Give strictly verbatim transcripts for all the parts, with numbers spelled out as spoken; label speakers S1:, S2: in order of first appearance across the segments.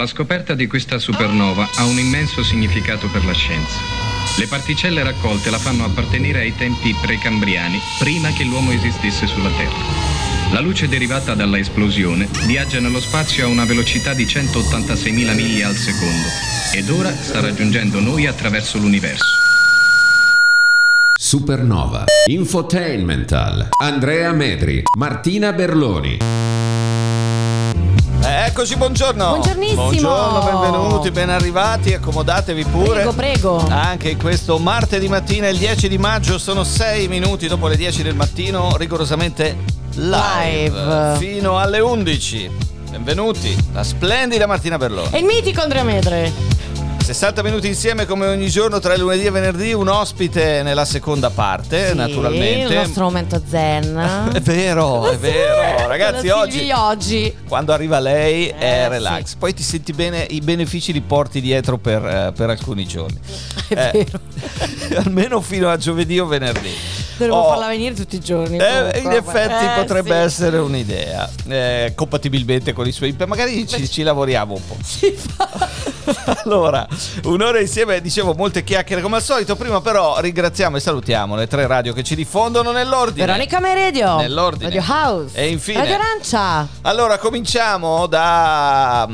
S1: La scoperta di questa supernova ha un immenso significato per la scienza. Le particelle raccolte la fanno appartenere ai tempi precambriani, prima che l'uomo esistesse sulla Terra. La luce derivata dalla esplosione viaggia nello spazio a una velocità di centottantaseimila miglia al secondo ed ora sta raggiungendo noi attraverso l'universo.
S2: Supernova, Infotainmental, Andrea Medri, Martina Berloni.
S3: Eccoci, buongiorno.
S4: Buongiornissimo.
S3: Buongiorno, benvenuti, ben arrivati, accomodatevi pure.
S4: Prego, prego.
S3: Anche in questo martedì mattina, il dieci di maggio, sono sei minuti dopo le dieci del mattino, rigorosamente live,
S4: live.
S3: fino alle undici. Benvenuti, la splendida Martina Berloni.
S4: E il mitico Andrea Medre.
S3: sessanta minuti insieme come ogni giorno tra lunedì e venerdì, un ospite nella seconda parte,
S4: sì,
S3: naturalmente.
S4: Il nostro momento zen.
S3: È vero, è vero. Ragazzi, oggi,
S4: oggi
S3: quando arriva lei
S4: eh,
S3: è relax.
S4: sì.
S3: Poi ti senti bene, i benefici li porti dietro per, eh, per alcuni giorni.
S4: È
S3: eh,
S4: vero.
S3: Almeno fino a giovedì o venerdì.
S4: Dovremmo
S3: Oh,
S4: farla venire tutti i giorni.
S3: eh, in effetti
S4: eh,
S3: potrebbe
S4: sì.
S3: essere un'idea, eh, compatibilmente con i suoi impegni. Magari ci, ci lavoriamo un po'.
S4: Si fa.
S3: Allora, un'ora insieme, dicevo, molte chiacchiere come al solito. Prima però ringraziamo e salutiamo le tre radio che ci diffondono nell'ordine.
S4: Veronica Mai Radio,
S3: Nell'ordine.
S4: Radio House
S3: E infine
S4: Radio Arancia.
S3: Allora cominciamo da,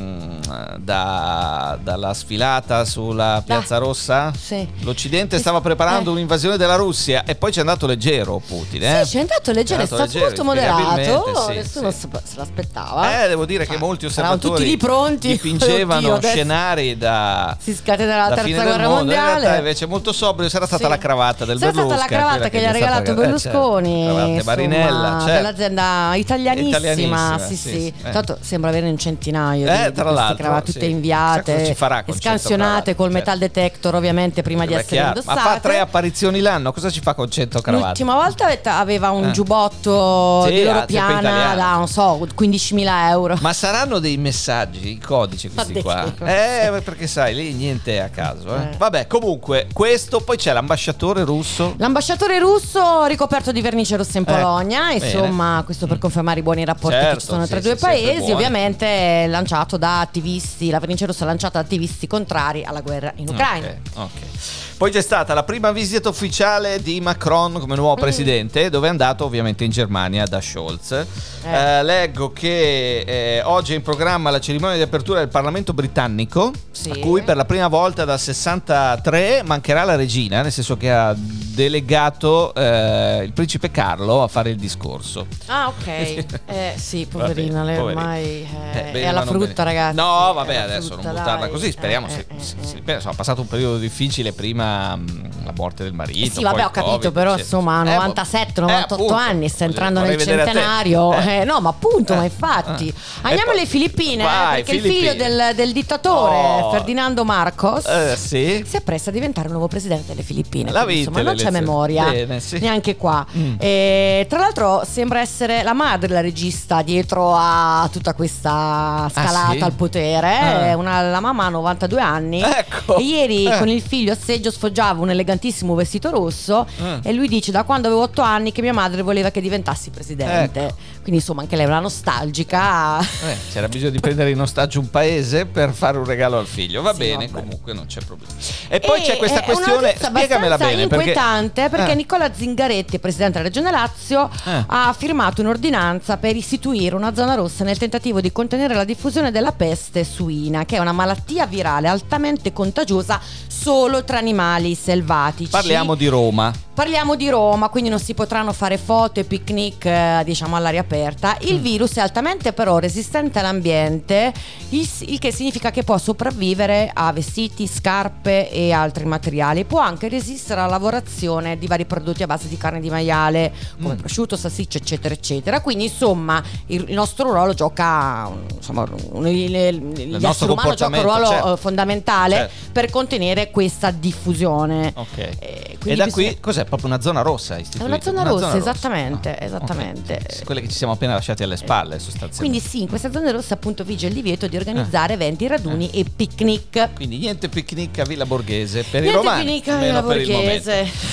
S3: da dalla sfilata sulla Piazza
S4: Ah,
S3: Rossa.
S4: sì.
S3: L'Occidente stava preparando
S4: eh.
S3: un'invasione della Russia e poi ci è andato leggero Putin, eh?
S4: Sì, c'è andato leggero, è
S3: C'è andato
S4: stato molto
S3: leggero,
S4: moderato.
S3: inspiegabilmente, sì,
S4: Nessuno
S3: sì.
S4: se l'aspettava.
S3: Eh, devo dire
S4: Cioè,
S3: che molti
S4: saranno
S3: osservatori
S4: tutti lì pronti.
S3: dipingevano
S4: Oddio, adesso
S3: scenari da
S4: si scatenerà la
S3: da
S4: terza
S3: fine del
S4: guerra
S3: mondo. In
S4: mondiale.
S3: realtà invece molto sobrio sarà stata
S4: Sì.
S3: la cravatta del
S4: Sarà
S3: Berlusconi,
S4: stata la cravatta
S3: quella
S4: che gli ha
S3: gli è stata
S4: regalato
S3: regalata-
S4: Berlusconi,
S3: eh, certo. Cravatte
S4: insomma,
S3: Marinella, certo.
S4: dell'azienda italianissima,
S3: Italianissima,
S4: sì,
S3: sì,
S4: sì.
S3: sì. Eh.
S4: Tanto sembra avere un centinaio
S3: Eh,
S4: di,
S3: tra
S4: di queste
S3: l'altro,
S4: cravatte,
S3: sì.
S4: tutte
S3: Chissà
S4: inviate
S3: cosa ci farà
S4: e
S3: con cento
S4: scansionate
S3: cravatte,
S4: col
S3: certo.
S4: metal detector, ovviamente, prima di
S3: È
S4: essere
S3: chiaro.
S4: indossate.
S3: Ma fa tre apparizioni l'anno, cosa ci fa con cento cravatte?
S4: L'ultima volta avete- aveva un
S3: Eh.
S4: giubbotto
S3: Sì,
S4: di loro
S3: ah, sempre
S4: piana
S3: italiano.
S4: da, non so, quindicimila euro.
S3: Ma saranno dei messaggi, i codici questi
S4: Ma
S3: qua?
S4: detto.
S3: Eh, perché sai, lì niente è a caso, eh.
S4: Eh.
S3: Vabbè, comunque, questo, poi c'è l'ambasciatore russo.
S4: L'ambasciatore russo ricoperto di vernice rossa in
S3: Ecco,
S4: Polonia,
S3: bene.
S4: insomma, questo per confermare i buoni rapporti
S3: Certo,
S4: che ci sono
S3: sì,
S4: tra i
S3: sì,
S4: due
S3: sempre
S4: paesi,
S3: buoni.
S4: ovviamente è lanciato da attivisti, la vernice rossa è lanciata da attivisti contrari alla guerra in Ucraina.
S3: Ok, ok. Poi c'è stata la prima visita ufficiale di Macron come nuovo presidente, dove è andato ovviamente in Germania da Scholz. Eh. Eh, leggo che eh, oggi è in programma la cerimonia di apertura del Parlamento britannico,
S4: Sì.
S3: a cui per la prima volta dal sessantatré mancherà la regina, nel senso che ha delegato eh, il principe Carlo a fare il discorso.
S4: Ah, ok. Eh, sì, poverina,
S3: Vabbè,
S4: lei
S3: poverina.
S4: ormai eh,
S3: Eh, bene,
S4: è alla
S3: ma non
S4: frutta,
S3: bene.
S4: ragazzi.
S3: No,
S4: È
S3: vabbè,
S4: alla
S3: adesso
S4: frutta,
S3: non buttarla
S4: dai.
S3: così. Speriamo.
S4: Eh,
S3: se,
S4: eh,
S3: se-
S4: eh,
S3: se- insomma, ha passato un periodo difficile. Prima mh, la morte del marito.
S4: Eh sì,
S3: poi
S4: vabbè,
S3: il
S4: ho capito,
S3: Covid,
S4: però
S3: sì.
S4: insomma,
S3: Eh,
S4: novantasette
S3: eh,
S4: novantotto
S3: appunto,
S4: anni, sta entrando
S3: vorrei
S4: nel
S3: vedere a te.
S4: centenario.
S3: Eh.
S4: Eh, no, ma appunto,
S3: Eh.
S4: ma infatti.
S3: Eh.
S4: Andiamo
S3: E poi-
S4: alle Filippine, eh,
S3: Vai,
S4: perché il
S3: Filippine.
S4: figlio del, del dittatore
S3: Oh.
S4: Ferdinando Marcos
S3: Eh, sì.
S4: si appresta a diventare il nuovo presidente delle Filippine.
S3: La
S4: Quindi,
S3: vite
S4: insomma, non
S3: le
S4: c'è
S3: elezioni.
S4: memoria
S3: Bene, sì.
S4: neanche qua.
S3: Mm.
S4: E, tra l'altro, sembra essere la madre la regista dietro a tutta questa scalata
S3: sì?
S4: al potere.
S3: Ah.
S4: È una, la mamma ha novantadue anni.
S3: Ecco.
S4: E ieri
S3: Eh.
S4: con il figlio a seggio sfoggiava un elegantissimo vestito rosso.
S3: Mm.
S4: E lui dice: da quando avevo otto anni che mia madre voleva che diventassi presidente.
S3: Ecco.
S4: Quindi insomma anche lei è una nostalgica.
S3: Eh, c'era bisogno di prendere in ostaggio un paese per fare un regalo al figlio. Va
S4: Sì,
S3: bene,
S4: vabbè.
S3: comunque non c'è problema. E poi
S4: E
S3: c'è questa
S4: è
S3: questione,
S4: una notizia
S3: spiegamela
S4: abbastanza
S3: bene. Perché,
S4: inquietante perché
S3: Eh.
S4: Nicola Zingaretti, presidente della Regione Lazio,
S3: Eh.
S4: ha firmato un'ordinanza per istituire una zona rossa nel tentativo di contenere la diffusione della peste suina, che è una malattia virale altamente contagiosa solo tra animali selvatici.
S3: Parliamo di Roma.
S4: Parliamo di Roma, quindi non si potranno fare foto e picnic, eh, diciamo, all'aria aperta. Il
S3: Mm.
S4: virus è altamente però resistente all'ambiente, il, il che significa che può sopravvivere a vestiti, scarpe e altri materiali. Può anche resistere alla lavorazione di vari prodotti a base di carne di maiale, come
S3: Mm.
S4: prosciutto, salsiccia, eccetera, eccetera. Quindi, insomma, il, il nostro ruolo gioca, insomma, un- il, il, il
S3: nostro
S4: essere umano gioca un
S3: comportamento,
S4: ruolo
S3: certo.
S4: eh, fondamentale
S3: Certo.
S4: per contenere questa diffusione.
S3: Ok.
S4: Eh,
S3: E
S4: quindi
S3: da
S4: bisogna-
S3: qui cos'è? Proprio una zona rossa
S4: è
S3: istituita?
S4: una zona rossa, esattamente, esattamente.
S3: Ok. Sì, quelle che ci siamo appena lasciati alle spalle, sostanzialmente.
S4: Quindi sì, in questa zona rossa appunto vige il divieto di organizzare eventi, raduni e picnic.
S3: Quindi niente picnic a Villa Borghese per i
S4: Niente
S3: romani.
S4: picnic a
S3: almeno
S4: Villa
S3: per il momento.
S4: Borghese.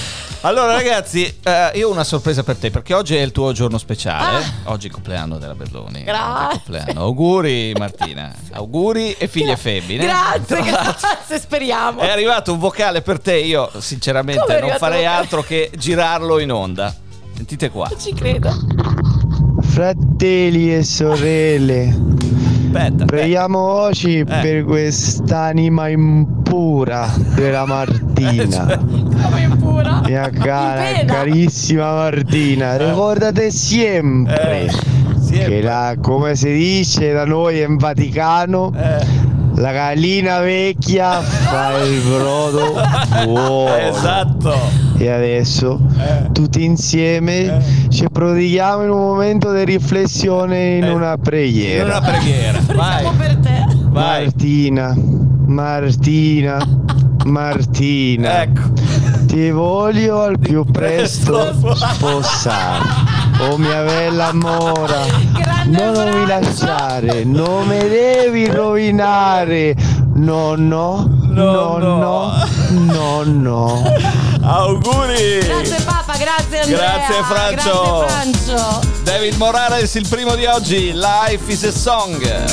S3: Allora ragazzi, eh, io ho una sorpresa per te, perché oggi è il tuo giorno speciale.
S4: Ah.
S3: Oggi è il compleanno della Berloni.
S4: Grazie.
S3: Oggi è il compleanno. Auguri Martina. Auguri e figlie femmine.
S4: Grazie, grazie, speriamo.
S3: È arrivato un vocale per te, io sinceramente
S4: Come è
S3: non
S4: arrivato
S3: farei
S4: un vocale?
S3: altro che girarlo in onda. Sentite qua.
S4: Non ci credo.
S5: Fratelli e sorelle,
S3: Aspetta.
S5: preghiamo oggi per quest'anima impura della Martina.
S4: Come impura.
S5: Mia cara,
S4: In pena.
S5: carissima Martina, ricordate sempre
S3: Eh, sempre.
S5: che la, come si dice da noi in Vaticano,
S3: Eh.
S5: la gallina vecchia fa il brodo buono.
S3: Esatto.
S5: E adesso
S3: Eh.
S5: tutti insieme
S3: Eh.
S5: ci prodighiamo in un momento di riflessione in
S3: Eh.
S5: una
S3: In
S5: preghiera.
S3: una preghiera. Vai.
S4: Siamo per te.
S3: Vai.
S5: Martina, Martina, Martina,
S3: Ecco.
S5: ti voglio al più presto
S3: presto
S5: sposare. Oh mia bella amora,
S4: Grande
S5: non mi
S4: abbraccio.
S5: lasciare, non mi devi rovinare. No, no,
S3: No,
S5: no,
S3: no.
S5: no, no, no.
S3: Auguri.
S4: Grazie Papa, grazie Andrea.
S3: Grazie, Francio.
S4: Grazie Francio.
S3: David Morales, il primo di oggi. Life is a Song.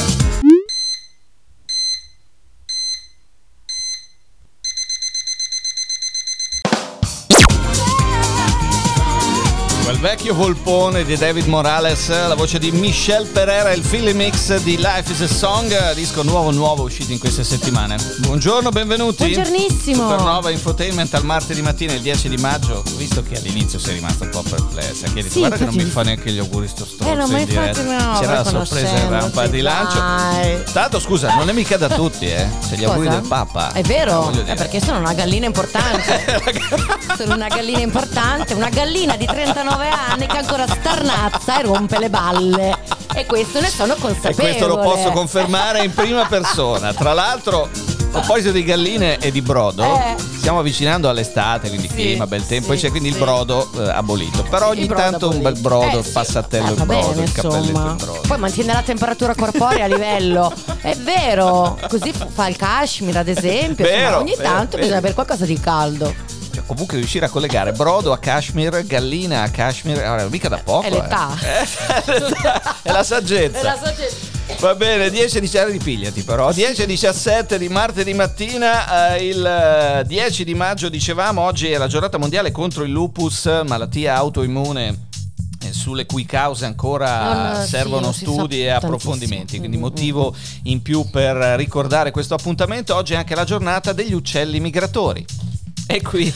S3: Quel vecchio volpone di David Morales, la voce di Michelle Pereira, il Philly Mix di Life is a Song, disco nuovo nuovo uscito in queste settimane. Buongiorno, benvenuti.
S4: Buongiornissimo.
S3: Supernova Infotainment al martedì mattina, il dieci di maggio. Visto che all'inizio sei rimasto un po' perplessa, che hai detto,
S4: Sì,
S3: guarda che non mi
S4: infatti-
S3: fa neanche gli auguri sto stronzo
S4: Eh no, ma
S3: in
S4: infatti
S3: diretta.
S4: no,
S3: C'era la
S4: poi
S3: sorpresa in rampa
S4: conoscendoti,
S3: di lancio.
S4: dai.
S3: Tanto scusa, non è mica da tutti, eh. C'è gli auguri
S4: Cosa?
S3: del Papa.
S4: È vero,
S3: Voglio
S4: è
S3: dire.
S4: perché sono una gallina importante. Sono una gallina importante, una gallina di trentanove anni che ancora starnazza e rompe le balle. E questo ne sono
S3: E
S4: consapevole.
S3: questo lo posso confermare in prima persona. Tra l'altro, a proposito di galline e di brodo,
S4: Eh.
S3: stiamo avvicinando all'estate, quindi
S4: Sì,
S3: clima, bel tempo,
S4: sì,
S3: e c'è quindi
S4: sì.
S3: il brodo eh, abolito. Però ogni
S4: Il brodo
S3: tanto un bel
S4: abolito.
S3: brodo,
S4: Eh,
S3: il
S4: sì.
S3: passatello
S4: Eh,
S3: il
S4: va
S3: brodo,
S4: bene,
S3: il cappelletto
S4: insomma.
S3: il brodo.
S4: Poi mantiene la temperatura corporea a livello. È vero, così f- fa il cashmere ad esempio.
S3: Vero,
S4: Insomma, ogni
S3: vero,
S4: tanto
S3: vero.
S4: bisogna avere qualcosa di caldo.
S3: Cioè, comunque riuscire a collegare brodo a cashmere, gallina a cashmere, allora, mica da poco.
S4: È l'età.
S3: Eh. È la saggezza.
S4: È la società.
S3: Va bene, dieci e diciassette, ripigliati però. dieci e diciassette di martedì mattina, eh, il eh, dieci di maggio dicevamo, oggi è la giornata mondiale contro il lupus, malattia autoimmune eh, sulle cui cause ancora
S4: Non, sì,
S3: servono
S4: non si sa
S3: studi e
S4: tantissimo.
S3: approfondimenti, quindi
S4: Mm,
S3: motivo in più per ricordare questo appuntamento. Oggi è anche la giornata degli uccelli migratori. E qui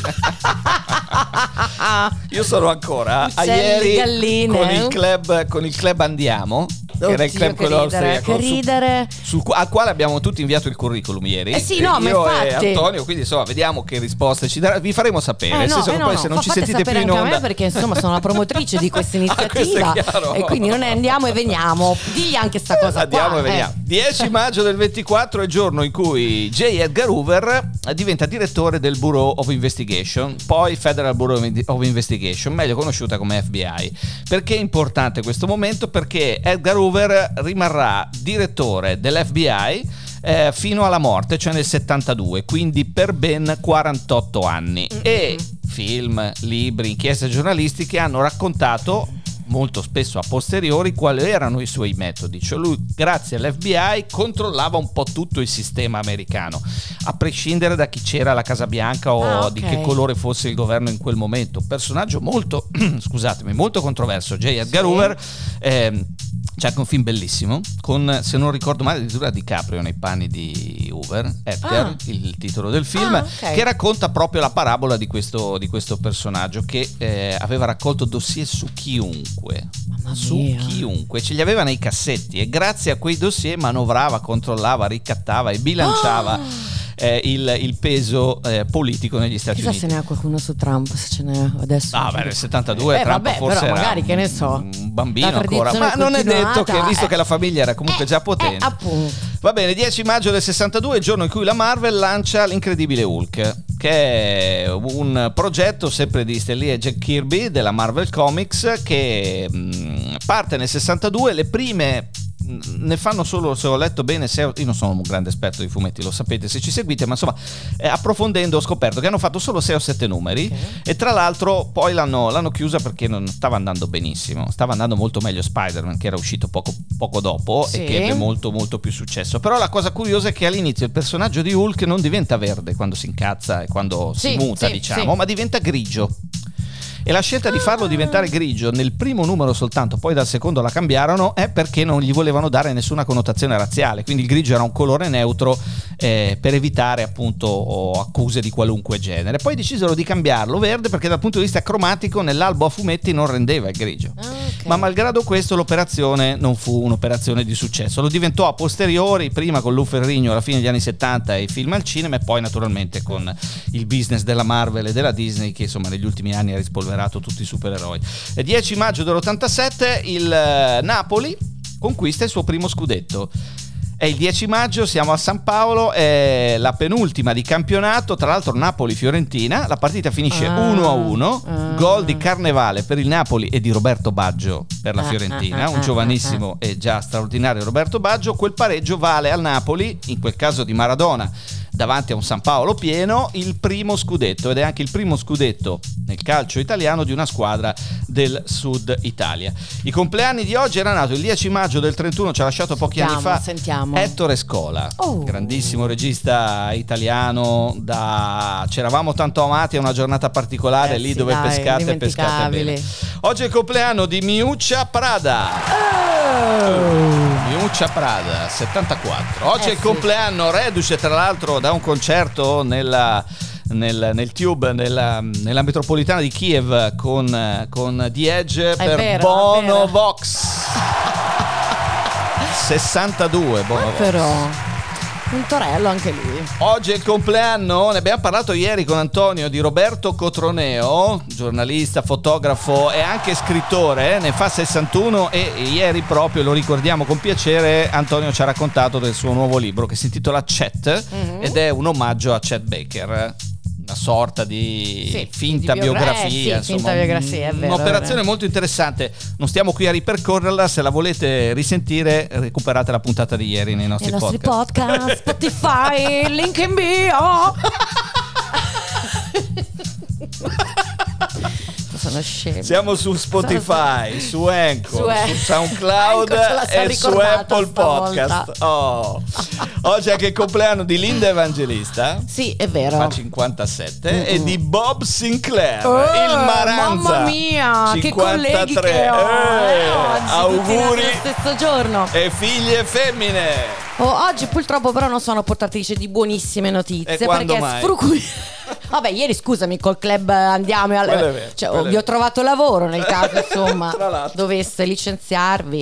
S3: io sono ancora a
S4: Uccelli,
S3: ieri
S4: galline.
S3: con il club con il club Andiamo, che era il
S4: Oddio,
S3: club
S4: che
S3: quello
S4: ridere,
S3: austriaco,
S4: che
S3: su-
S4: ridere.
S3: sul qu- al quale abbiamo tutti inviato il curriculum ieri.
S4: Eh sì, no, ma
S3: io e
S4: infatti.
S3: Antonio, quindi insomma vediamo che risposte ci darà, vi faremo sapere,
S4: Eh,
S3: nel
S4: no,
S3: senso
S4: eh,
S3: che
S4: no,
S3: poi
S4: no,
S3: se non
S4: fa-
S3: ci
S4: fate
S3: sentite più
S4: sapere
S3: in
S4: anche a
S3: onda
S4: me, perché insomma sono la promotrice di questa
S3: Ah, questo è
S4: iniziativa
S3: chiaro.
S4: e quindi non ne andiamo e veniamo. Digli anche sta cosa
S3: Andiamo
S4: qua,
S3: e vediamo.
S4: eh.
S3: dieci maggio del ventiquattro è il giorno in cui J. Edgar Hoover diventa direttore del Bureau of Investigation, poi Federal Bureau of Investigation, meglio conosciuta come F B I. Perché è importante questo momento? Perché Edgar Hoover rimarrà direttore dell'F B I eh, fino alla morte, cioè nel settantadue, quindi per ben quarantotto anni.
S4: Mm-mm.
S3: E film, libri, inchieste giornalistiche hanno raccontato molto spesso a posteriori quali erano i suoi metodi. Cioè lui, grazie all'F B I, controllava un po' tutto il sistema americano, a prescindere da chi c'era alla Casa Bianca o
S4: Ah, ok.
S3: di che colore fosse il governo in quel momento. Personaggio molto scusatemi, molto controverso, J. Edgar
S4: Sì.
S3: Hoover. ehm, C'è anche un film bellissimo con, se non ricordo male, addirittura DiCaprio nei panni di Hoover, Edgar,
S4: Ah.
S3: il titolo del film,
S4: Ah, ok.
S3: che racconta proprio la parabola di questo, di questo personaggio che eh, aveva raccolto dossier su chiunque.
S4: Mamma
S3: Su
S4: mia.
S3: chiunque, ce li aveva nei cassetti e grazie a quei dossier manovrava, controllava, ricattava e bilanciava
S4: Ah.
S3: eh, il, il peso eh, politico negli Stati
S4: Chissà
S3: Uniti.
S4: se ne ha qualcuno su Trump, se ce n'è adesso.
S3: Ah, beh, nel settantadue
S4: Eh,
S3: Trump
S4: vabbè,
S3: forse
S4: però
S3: era
S4: magari, che ne
S3: un-
S4: so,
S3: un bambino
S4: la
S3: ancora, ma
S4: tradizione
S3: non è detto
S4: continuata,
S3: che, visto
S4: eh.
S3: che la famiglia era comunque
S4: Eh,
S3: già potente.
S4: eh, appunto.
S3: Va bene, dieci maggio del sessantadue è il giorno in cui la Marvel lancia l'Incredibile Hulk, che è un progetto sempre di Stan Lee e Jack Kirby della Marvel Comics che mh, parte nel sessantadue. Le prime ne fanno solo, se ho letto bene, se, io non sono un grande esperto di fumetti, lo sapete se ci seguite, ma insomma eh, approfondendo ho scoperto che hanno fatto solo sei o sette numeri, okay. E tra l'altro poi l'hanno, l'hanno chiusa perché non stava andando benissimo, stava andando molto meglio Spider-Man, che era uscito poco, poco dopo, sì. E che ebbe molto molto più successo. Però la cosa curiosa è che all'inizio il personaggio di Hulk non diventa verde quando si incazza e quando sì, si muta, sì, diciamo, sì. Ma diventa grigio. E la scelta di farlo diventare grigio nel primo numero soltanto, poi dal secondo la cambiarono, è perché non gli volevano dare nessuna connotazione razziale, quindi il grigio era un colore neutro eh, per evitare appunto accuse di qualunque genere. Poi decisero di cambiarlo verde perché dal punto di vista cromatico nell'albo a fumetti non rendeva il grigio. Okay. Ma malgrado questo l'operazione non fu un'operazione di successo, lo diventò a posteriori, prima con Lou Ferrigno alla fine degli anni settanta e i film al cinema, e poi naturalmente con il business della Marvel e della Disney che insomma negli ultimi anni ha rispolverato tutti i supereroi. Il dieci maggio dell'ottantasette il Napoli conquista il suo primo scudetto. È il dieci maggio, siamo a San Paolo, è la penultima di campionato, tra l'altro Napoli-Fiorentina, la partita finisce ah, uno a uno, ah. Gol di Carnevale per il Napoli e di Roberto Baggio per la Fiorentina, ah, ah, un giovanissimo ah, ah. e già straordinario Roberto Baggio. Quel pareggio vale al Napoli, in quel caso di Maradona, davanti a un San Paolo pieno, il primo scudetto, ed è anche il primo scudetto nel calcio italiano di una squadra del Sud Italia. I compleanni di oggi: era nato il dieci maggio del trentuno, ci ha lasciato pochi
S4: sentiamo,
S3: anni fa,
S4: sentiamo.
S3: Ettore Scola, oh. grandissimo regista italiano, da C'eravamo tanto amati, è una giornata particolare, eh, lì sì, dove dai, pescate pescate bene. Oggi è il compleanno di Miuccia Prada. Oh. Miuccia Prada, settantaquattro. Oggi eh, è il sì. compleanno, reduce tra l'altro da un concerto nella Nel, nel Tube, nella, nella metropolitana di Kiev con, con The Edge, è per vero, Bono Vox. sessantadue Bono Vox.
S4: Però un torello anche lui.
S3: Oggi è il compleanno, ne abbiamo parlato ieri con Antonio, di Roberto Cotroneo, giornalista, fotografo e anche scrittore, ne fa sessantuno, e ieri proprio, lo ricordiamo con piacere, Antonio ci ha raccontato del suo nuovo libro che si intitola Chet, mm-hmm. ed è un omaggio a Chet Baker, una sorta di sì, finta di biografia, eh, sì, insomma,
S4: finta biografia, è vero,
S3: un'operazione
S4: è
S3: molto interessante. Non stiamo qui a ripercorrerla, se la volete risentire recuperate la puntata di ieri nei nostri,
S4: nei nostri
S3: podcast.
S4: podcast Spotify, link in bio. Sono scemo.
S3: Siamo su Spotify, su Anchor, su, e- su SoundCloud e su Apple Podcast. Oh. Oggi è anche il compleanno di Linda Evangelista.
S4: Sì, è vero.
S3: Fa cinquantasette. Mm-hmm. E di Bob Sinclair,
S4: oh,
S3: il Maranza.
S4: Mamma mia,
S3: cinquantatré.
S4: Che colleghi che ho.
S3: Eh, oggi, auguri.
S4: Lo stesso giorno.
S3: E figlie femmine.
S4: Oh, oggi purtroppo però non sono portatrice di buonissime notizie.
S3: E quando
S4: perché
S3: mai?
S4: Sfruculi... Vabbè, ieri scusami, col club andiamo e alle...
S3: vero,
S4: cioè, oh, vi ho trovato lavoro nel caso insomma
S3: l'altro.
S4: dovesse licenziarvi.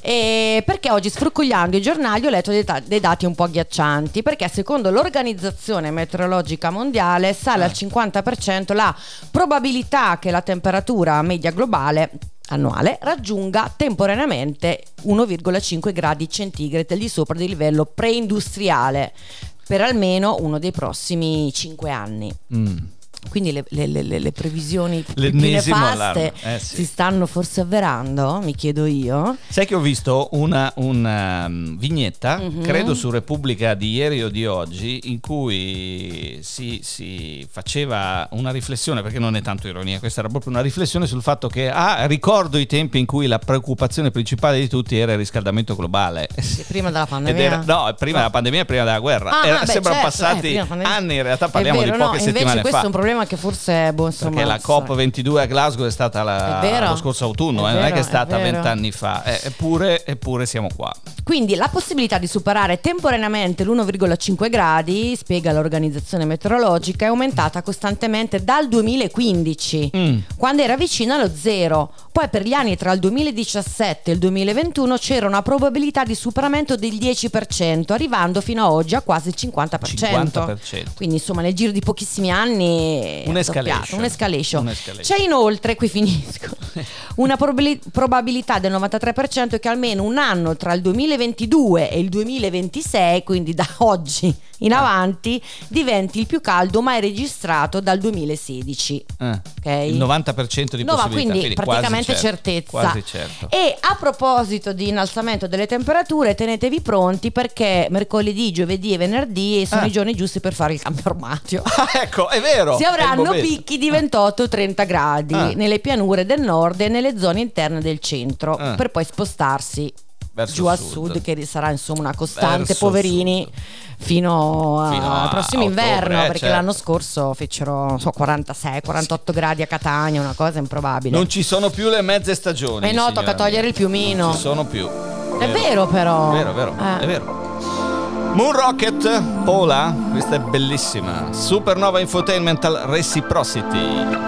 S4: E perché oggi, sfrucugliando i giornali, ho letto dei, ta- dei dati un po' agghiaccianti, perché secondo l'Organizzazione Meteorologica Mondiale sale eh. al cinquanta per cento la probabilità che la temperatura media globale annuale raggiunga temporaneamente uno virgola cinque gradi centigradi al di sopra del livello preindustriale per almeno uno dei prossimi cinque anni. Mm. Quindi le, le, le, le previsioni più nefaste eh, sì. si stanno forse avverando, mi chiedo io.
S3: Sai che ho visto una, una um, vignetta, mm-hmm. credo su Repubblica di ieri o di oggi, in cui si, si faceva una riflessione, perché non è tanto ironia, questa era proprio una riflessione sul fatto che ah, ricordo i tempi in cui la preoccupazione principale di tutti era il riscaldamento globale.
S4: Sì, prima della pandemia.
S3: Era, no, prima no. della pandemia e prima della guerra.
S4: Ah,
S3: era,
S4: beh,
S3: sembrano
S4: certo,
S3: passati
S4: eh,
S3: anni, in realtà parliamo
S4: vero,
S3: di poche
S4: no,
S3: settimane
S4: questo
S3: fa.
S4: È un problema che forse boh, insomma,
S3: perché la COP ventidue a Glasgow è stata la,
S4: è
S3: lo scorso autunno,
S4: è
S3: eh,
S4: vero,
S3: non è che è stata
S4: è
S3: vent'anni fa, eh, eppure, eppure siamo qua.
S4: Quindi la possibilità di superare temporaneamente l'uno virgola cinque gradi, spiega l'Organizzazione Meteorologica, è aumentata costantemente dal duemilaquindici, mm. quando era vicino allo zero. Poi per gli anni tra il duemiladiciassette e il duemilaventuno c'era una probabilità di superamento del dieci per cento, arrivando fino a oggi a quasi il cinquanta per cento.
S3: cinquanta per cento.
S4: Quindi insomma nel giro di pochissimi anni
S3: un'escalation.
S4: un'escalation.
S3: un'escalation.
S4: C'è inoltre, qui finisco, una probabili- probabilità del novantatré per cento che almeno un anno tra il duemilaventidue e il duemilaventisei, quindi da oggi in avanti diventi il più caldo mai registrato dal duemilasedici.
S3: Eh,
S4: Okay?
S3: Il novanta per cento di
S4: No, ma
S3: possibilità,
S4: quindi praticamente
S3: quasi certo,
S4: certezza.
S3: quasi certo.
S4: E a proposito di innalzamento delle temperature, tenetevi pronti perché mercoledì, giovedì e venerdì sono
S3: Ah.
S4: i giorni giusti per fare il cambio armadio.
S3: Ah, ecco, è vero.
S4: Si
S3: è il
S4: avranno
S3: momento.
S4: picchi di ventotto trenta gradi
S3: Ah.
S4: nelle pianure del nord e nelle zone interne del centro,
S3: Ah.
S4: per poi spostarsi
S3: Verso
S4: giù a
S3: sud.
S4: sud, che sarà insomma una costante,
S3: Verso
S4: poverini,
S3: sud.
S4: fino, a-
S3: Fino a
S4: al prossimo
S3: ottobre,
S4: inverno,
S3: eh,
S4: perché
S3: certo.
S4: l'anno scorso fecero non so, quarantasei quarantotto gradi a Catania, una cosa improbabile.
S3: Non ci sono più le mezze stagioni.
S4: Eh no, tocca
S3: signora
S4: togliere
S3: mia.
S4: il piumino.
S3: Non ci sono più.
S4: È vero però.
S3: È vero, è vero,
S4: Eh.
S3: è vero. Moon Rocket, Paula, questa è bellissima. Supernova Infotainmental Reciprocity.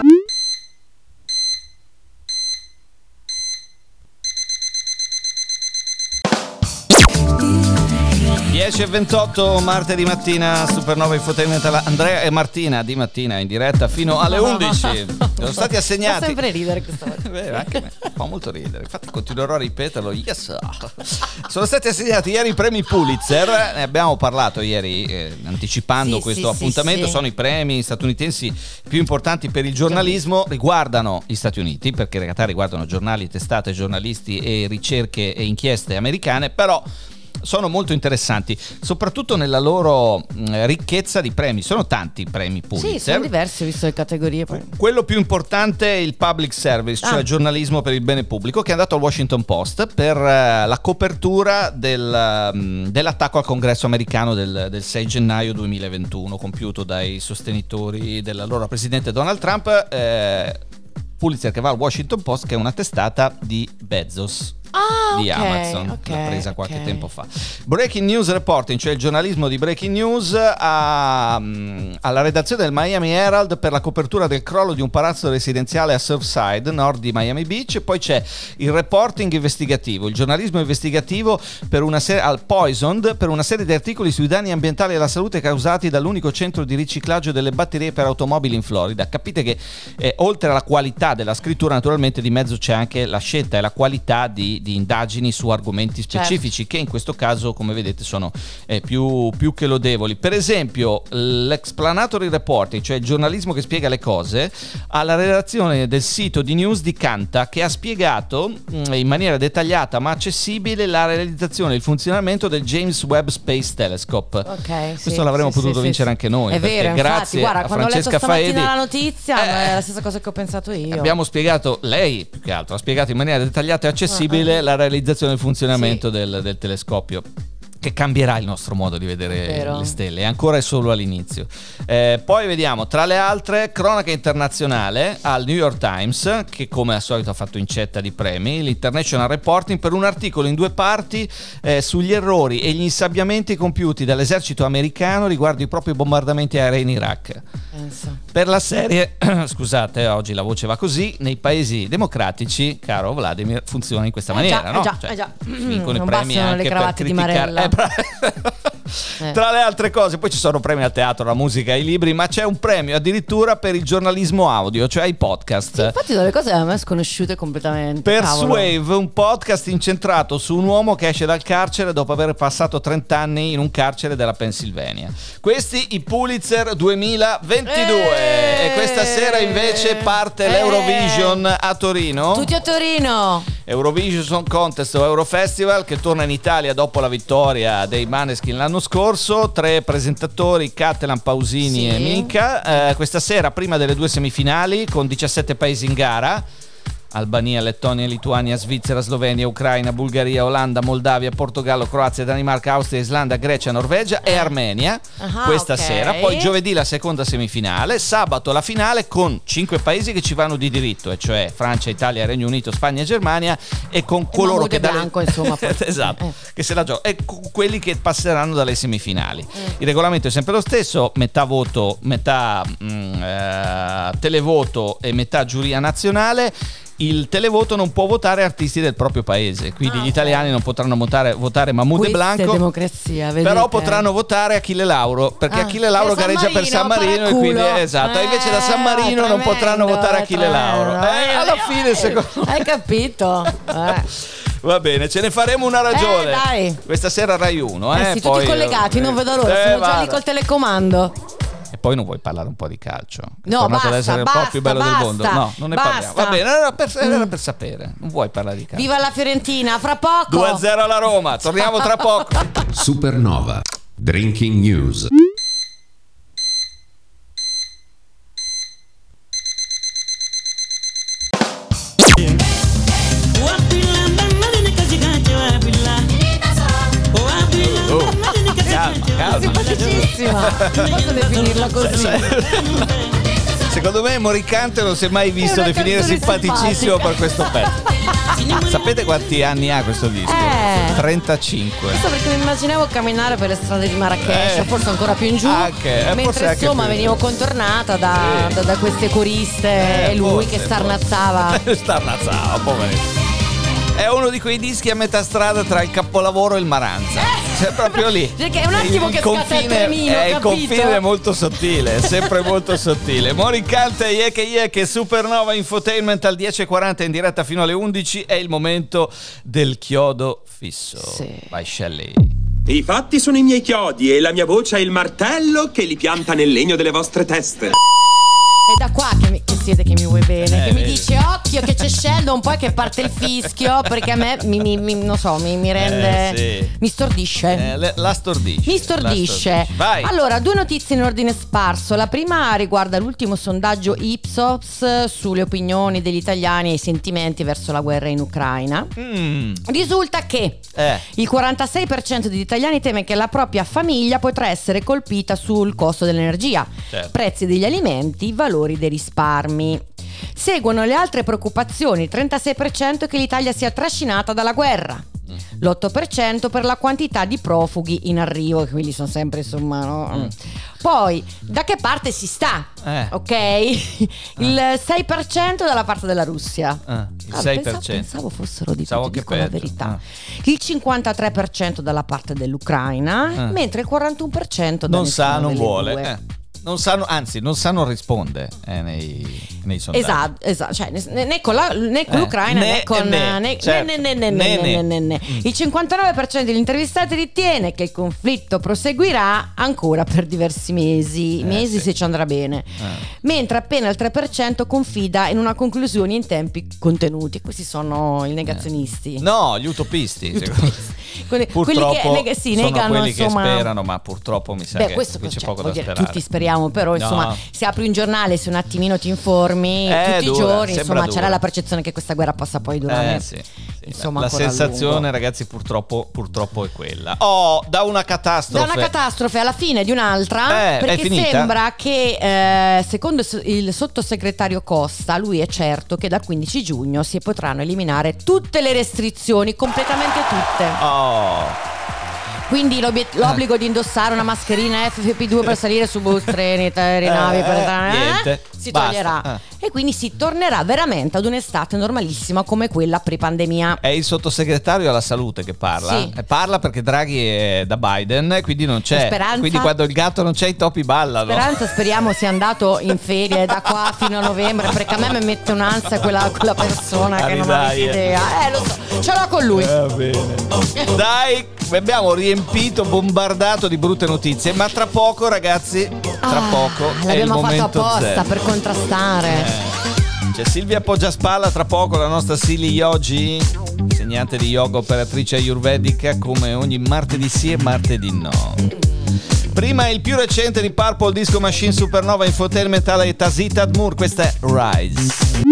S3: dieci e ventotto martedì mattina, Supernova Infotainmental, Andrea e Martina di mattina in diretta fino alle undici. Sono stati
S4: Fa
S3: assegnati.
S4: sempre ridere questa volta.
S3: Beh, anche a me fa molto ridere, infatti continuerò a ripeterlo. Yes. Sono stati assegnati ieri i premi Pulitzer, ne abbiamo parlato ieri eh, anticipando
S4: Sì,
S3: questo
S4: sì, sì,
S3: appuntamento.
S4: sì.
S3: Sono i premi statunitensi più importanti per il giornalismo, riguardano gli Stati Uniti perché in realtà riguardano giornali, testate, giornalisti e ricerche e inchieste americane, però sono molto interessanti, soprattutto nella loro mh, ricchezza di premi. Sono tanti premi Pulitzer.
S4: Sì, sono diversi, ho visto le categorie poi.
S3: Quello più importante è il public service, cioè
S4: Ah.
S3: giornalismo per il bene pubblico, che è andato al Washington Post per eh, la copertura del, um, dell'attacco al Congresso americano del, del sei gennaio duemilaventuno, compiuto dai sostenitori dell'allora presidente Donald Trump. eh, Pulitzer che va al Washington Post, che è una testata di Bezos.
S4: Ah,
S3: Di
S4: ok,
S3: Amazon,
S4: ok,
S3: l'ha presa qualche
S4: ok.
S3: tempo fa. Breaking News Reporting, cioè il giornalismo di Breaking News, a- mm, alla redazione del Miami Herald per la copertura del crollo di un palazzo residenziale a Surfside, nord di Miami Beach. Poi c'è il reporting investigativo, il giornalismo investigativo per una serie al Poisoned per una serie di articoli sui danni ambientali e alla salute causati dall'unico centro di riciclaggio delle batterie per automobili in Florida. Capite che eh, oltre alla qualità della scrittura, naturalmente di mezzo c'è anche la scelta e la qualità di di indagini su argomenti specifici, che in questo caso, come vedete, sono eh, più, più che lodevoli. Per esempio l'explanatory reporting, cioè il giornalismo che spiega le cose, alla redazione del sito di news di Kanta, che ha spiegato mh, in maniera dettagliata ma accessibile la realizzazione e il funzionamento del James Webb Space Telescope.
S4: Ok,
S3: Questo
S4: sì,
S3: l'avremmo
S4: sì,
S3: potuto
S4: sì,
S3: vincere
S4: sì.
S3: anche noi,
S4: È
S3: perché
S4: vero, infatti,
S3: grazie
S4: guarda,
S3: a
S4: quando ho letto
S3: Francesca
S4: stamattina
S3: Faedi
S4: la notizia
S3: eh,
S4: è la stessa cosa che ho pensato io.
S3: abbiamo spiegato, lei più che altro ha spiegato in maniera dettagliata e accessibile
S4: Uh-huh.
S3: la realizzazione e il funzionamento
S4: Sì.
S3: del, del telescopio, che cambierà il nostro modo di vedere
S4: Vero.
S3: le stelle, e ancora è solo all'inizio. Eh, poi vediamo, tra le altre, cronaca internazionale al New York Times, che come al solito ha fatto incetta di premi, l'International Reporting, per un articolo in due parti eh, sugli errori e gli insabbiamenti compiuti dall'esercito americano riguardo i propri bombardamenti aerei in Iraq.
S4: Penso.
S3: Per la serie, scusate, oggi la voce va così, nei paesi democratici, caro Vladimir, funziona in questa
S4: Eh
S3: maniera,
S4: già,
S3: no?
S4: eh già,
S3: Cioè,
S4: eh già.
S3: vincono i
S4: Non
S3: premi
S4: bastano le
S3: anche per
S4: cravatte di
S3: criticare.
S4: Marella.
S3: Eh, bra-
S4: Eh.
S3: Tra le altre cose, poi ci sono premi al teatro, alla musica, ai libri, ma c'è un premio addirittura per il giornalismo audio, cioè i podcast.
S4: Sì, infatti sono le cose a me sconosciute completamente.
S3: Persuave, un podcast incentrato su un uomo che esce dal carcere dopo aver passato trenta anni in un carcere della Pennsylvania. Questi i Pulitzer duemilaventidue.
S4: Eh,
S3: e questa sera invece parte
S4: eh.
S3: l'Eurovision a Torino.
S4: Tutti a Torino.
S3: Eurovision Song Contest o Eurofestival, che torna in Italia dopo la vittoria dei Maneskin l'anno scorso. Tre presentatori, Catalan, Pausini
S4: Sì.
S3: e Minca. Eh, questa sera, prima delle due semifinali, con diciassette paesi in gara: Albania, Lettonia, Lituania, Svizzera, Slovenia, Ucraina, Bulgaria, Olanda, Moldavia, Portogallo, Croazia, Danimarca, Austria, Islanda, Grecia, Norvegia e Armenia.
S4: Ah,
S3: questa
S4: ok.
S3: sera. Poi giovedì la seconda semifinale, sabato la finale con cinque paesi che ci vanno di diritto, e cioè Francia, Italia, Regno Unito, Spagna e Germania, e con coloro
S4: Mahmoud
S3: che dalle-
S4: Blanco, insomma, poi-
S3: esatto,
S4: eh.
S3: che se la gioca, e co- quelli che passeranno dalle semifinali. Il regolamento è sempre lo stesso: metà voto, metà mh, eh, televoto e metà giuria nazionale. Il televoto non può votare artisti del proprio paese, quindi
S4: Ah,
S3: gli
S4: ok.
S3: italiani non potranno votare, votare Mahmoud e
S4: Questa è
S3: Blanco,
S4: democrazia, vedete?
S3: però potranno votare Achille Lauro, perché
S4: Ah,
S3: Achille Lauro
S4: che San
S3: gareggia per San
S4: Marino,
S3: Marino, e quindi
S4: paraculo.
S3: esatto. E invece da San
S4: Eh,
S3: Marino non
S4: tremendo,
S3: potranno votare Achille
S4: tremendo.
S3: Lauro. Eh, alla fine, secondo
S4: Hai capito? Eh.
S3: Va bene, ce ne faremo una ragione.
S4: Eh, dai.
S3: Questa sera Rai uno, eh?
S4: Eh sì,
S3: Poi,
S4: tutti collegati,
S3: eh,
S4: non vedo l'ora,
S3: eh,
S4: siamo già
S3: vada.
S4: lì col telecomando.
S3: E poi non vuoi parlare un po' di calcio?
S4: No,
S3: È tornato
S4: basta,
S3: ad essere il
S4: basta,
S3: po' più bello
S4: basta,
S3: del mondo. No, non ne
S4: basta.
S3: parliamo. Va bene, era per, era
S4: Mm.
S3: per sapere. Non vuoi parlare di calcio.
S4: Viva la Fiorentina, fra poco.
S3: due a zero alla Roma, torniamo tra poco.
S2: Supernova. Drinking News.
S3: Oh, calma, calma.
S4: Simpaticissima. Posso definirla così?
S3: Secondo me Moricante non si è mai visto
S4: È una
S3: definire
S4: canzone
S3: simpaticissimo
S4: simpatica.
S3: per questo pezzo. Sapete quanti anni ha questo disco?
S4: Eh.
S3: trentacinque.
S4: Questo perché mi immaginavo camminare per le strade di Marrakesh,
S3: Eh.
S4: forse ancora più in giù,
S3: Anche, eh, forse
S4: mentre
S3: anche
S4: insomma
S3: più.
S4: venivo contornata da,
S3: Sì.
S4: da- da queste coriste
S3: Eh,
S4: e lui
S3: forse,
S4: che starnazzava.
S3: Starnazzava, poverino. È uno di quei dischi a metà strada tra il capolavoro e il Maranza. Cioè, proprio lì.
S4: Perché è un attimo
S3: Il
S4: che scatta il
S3: confine-
S4: trenino,
S3: eh, il
S4: capito?
S3: confine è molto sottile, è sempre molto sottile. Moricante, Yeke Yeke, Supernova Infotainment al dieci e quaranta in diretta fino alle undici. È il momento del chiodo fisso.
S4: Sì.
S3: Vai Shelley.
S6: I fatti sono i miei chiodi e la mia voce è il martello che li pianta nel legno delle vostre teste.
S4: È da qua che, mi, che siete che mi vuoi bene,
S3: Eh,
S4: che mi
S3: vedi.
S4: dice occhio che c'è Sheldon, poi che parte il fischio, perché a me mi, mi- mi- non so, mi, mi rende,
S3: Eh, sì.
S4: mi stordisce.
S3: Eh, le- la stordisce.
S4: Mi
S3: la
S4: stordisce.
S3: Vai.
S4: Allora, due notizie in ordine sparso. La prima riguarda l'ultimo sondaggio Ipsos sulle opinioni degli italiani e i sentimenti verso la guerra in Ucraina.
S3: Mm,
S4: Risulta che
S3: eh.
S4: il quarantasei per cento degli italiani teme che la propria famiglia potrà essere colpita sul costo dell'energia,
S3: Certo.
S4: prezzi degli alimenti, valori dei risparmi. Seguono le altre preoccupazioni, il trentasei per cento che l'Italia sia trascinata dalla guerra, l'otto per cento per la quantità di profughi in arrivo, che quelli sono sempre insomma, no? Poi da che parte si sta?
S3: Eh.
S4: Ok? Il sei per cento dalla parte della Russia.
S3: Ah, il
S4: Ah,
S3: sei per
S4: pensavo,
S3: cento.
S4: pensavo fossero di
S3: Pensavo
S4: tutti,
S3: che
S4: dico la
S3: peggio.
S4: verità.
S3: Ah.
S4: Il cinquantatré per cento dalla parte dell'Ucraina,
S3: Ah.
S4: mentre il quarantuno per cento da
S3: Non sa,
S4: nessuna
S3: non
S4: delle
S3: vuole.
S4: due.
S3: Eh. Non sa, anzi, non sa, non risponde eh, nei, nei sondaggi.
S4: Esatto, esatto, cioè, né, né con, la, né con
S3: Eh,
S4: l'Ucraina né,
S3: né
S4: con
S3: e né,
S4: né-
S3: certo.
S4: né- né- né-
S3: Né,
S4: né-
S3: né.
S4: né- né- né. Il cinquantanove per cento degli intervistati ritiene che il conflitto proseguirà ancora per diversi mesi,
S3: Eh,
S4: mesi
S3: sì.
S4: se ci andrà bene, mentre appena il tre per cento confida in una conclusione in tempi contenuti. Questi sono i negazionisti.
S3: No, gli utopisti.
S4: Quelli, quelli
S3: Purtroppo
S4: che neg- sì,
S3: sono
S4: negano
S3: quelli
S4: insomma.
S3: che sperano, ma purtroppo mi sa
S4: Beh,
S3: che
S4: questo
S3: qui c'è
S4: cioè,
S3: poco
S4: vuol
S3: da
S4: dire,
S3: sperare.
S4: tutti speriamo, però insomma,
S3: No.
S4: se apri un giornale, se un attimino ti informi
S3: Eh,
S4: tutti
S3: dura,
S4: i giorni,
S3: sembra
S4: insomma,
S3: dura.
S4: c'era la percezione che questa guerra possa poi durare.
S3: Eh, sì, sì.
S4: Insomma,
S3: la
S4: ancora a
S3: sensazione,
S4: lungo.
S3: ragazzi, purtroppo, purtroppo è quella. Oh, da una
S4: Da
S3: catastrofe.
S4: una catastrofe alla fine di un'altra,
S3: Eh, è
S4: perché
S3: finita?
S4: sembra che eh, secondo il sottosegretario Costa, lui è certo che dal quindici giugno si potranno eliminare tutte le restrizioni, completamente tutte.
S3: Oh.
S4: Quindi l'obiet- l'obbligo di indossare una mascherina F F P due per salire su bus, treni, aeronavi, per
S3: Eh, niente.
S4: si
S3: Basta.
S4: toglierà.
S3: Eh.
S4: E quindi si tornerà veramente ad un'estate normalissima come quella pre-pandemia.
S3: È il sottosegretario alla salute che parla.
S4: Sì.
S3: E parla perché Draghi è da Biden, quindi non c'è.
S4: Speranza?
S3: Quindi quando il gatto non c'è, i topi ballano.
S4: Speranza speriamo sia andato in ferie da qua fino a novembre, perché a me mi mette un'ansia quella, quella persona che non
S3: Dai,
S4: avete
S3: eh.
S4: idea. Eh, lo so, ce l'ho con lui.
S3: Va bene. Dai, vi abbiamo riempito, bombardato di brutte notizie, ma tra poco, ragazzi, tra
S4: Ah,
S3: poco è il
S4: l'abbiamo fatto
S3: momento
S4: apposta
S3: zero.
S4: per contrastare.
S3: Eh. C'è Silvia Poggiaspalla, tra poco la nostra Silly Yogi, insegnante di yoga, operatrice ayurvedica, come ogni martedì sì e martedì no. Prima il più recente di Purple Disco Machine, Supernova Infotainment e Tazit Admur, questa è Rise.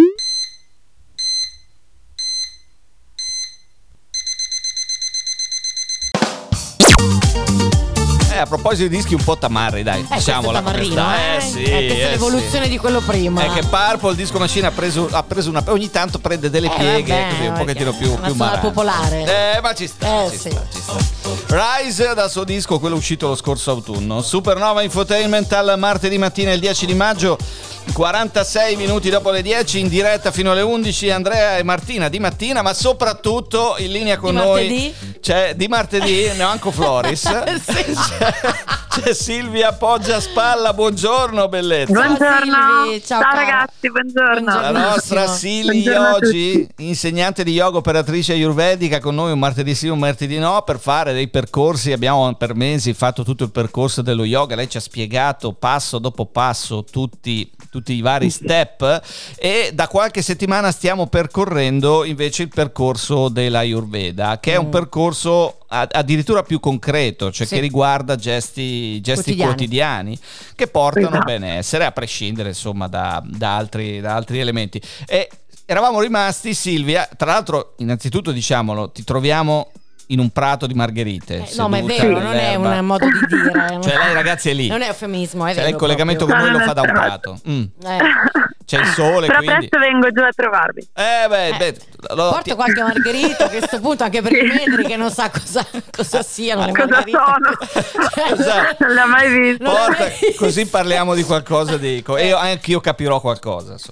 S3: Eh, a proposito di dischi un po' tamarri, dai,
S4: Eh,
S3: diciamola
S4: questo è
S3: come
S4: tamarrino,
S3: sta.
S4: eh?
S3: Eh sì,
S4: Eh, questa è
S3: eh
S4: l'evoluzione
S3: sì.
S4: di quello prima.
S3: È che Purple Disco Machine ha preso, ha preso una. Ogni tanto prende delle
S4: Eh,
S3: pieghe
S4: vabbè,
S3: così un
S4: perché
S3: pochettino più,
S4: una
S3: più
S4: suona
S3: marane.
S4: popolare.
S3: Eh, ma ci sta,
S4: Eh,
S3: ci
S4: sì.
S3: sta, ci sta. Rise dal suo disco, quello uscito lo scorso autunno. Supernova Infotainment al martedì mattina, il dieci di maggio. quarantasei minuti dopo le dieci, in diretta fino alle undici. Andrea e Martina di mattina, ma soprattutto in linea con
S4: Di
S3: noi
S4: martedì?
S3: c'è di martedì Neanco Floris.
S4: Sì.
S3: c'è, C'è Silvia Poggiaspalla, buongiorno bellezza.
S7: Buongiorno,
S4: Silvi, ciao,
S7: ciao
S4: cara.
S7: ragazzi, buongiorno.
S3: La nostra Silvi
S7: Buongiorno a
S3: oggi,
S7: tutti.
S3: insegnante di yoga, operatrice ayurvedica, con noi un martedì sì, un martedì no, per fare dei percorsi. Abbiamo per mesi fatto tutto il percorso dello yoga. Lei ci ha spiegato passo dopo passo tutti, tutti i vari step, e da qualche settimana stiamo percorrendo invece il percorso della Ayurveda, che è un
S4: Mm.
S3: percorso a- addirittura più concreto, cioè
S4: Sì.
S3: che riguarda gesti, gesti quotidiani.
S4: Quotidiani.
S3: che portano
S7: Esatto.
S3: benessere, a prescindere insomma da, da altri, da altri elementi. E eravamo rimasti, Silvia, tra l'altro innanzitutto diciamolo, ti troviamo in un prato di margherite.
S4: Eh, no, ma è
S3: seduta
S4: vero, non è
S3: nell'erba.
S4: un modo di dire.
S3: Cioè lei ragazzi è lì.
S4: Non è eufemismo, è
S3: Cioè,
S4: vero.
S3: lei il collegamento
S4: proprio.
S3: con noi lo fa da un
S7: No, no, no.
S3: prato. Mm.
S4: Eh.
S3: C'è il sole,
S7: Però
S3: quindi...
S7: presto vengo giù a trovarvi.
S3: Eh beh,
S4: Eh,
S3: beh, lo-
S4: Porta
S3: ti-
S4: qualche margherita a questo punto, anche per i metri che non sa cosa, cosa siano le
S7: Cosa
S4: margherite.
S7: sono?
S3: Esatto.
S7: Non l'ho mai visto.
S4: Non l'hai
S3: Porta,
S4: mai visto.
S3: così parliamo di qualcosa di e io, anche io capirò qualcosa insomma.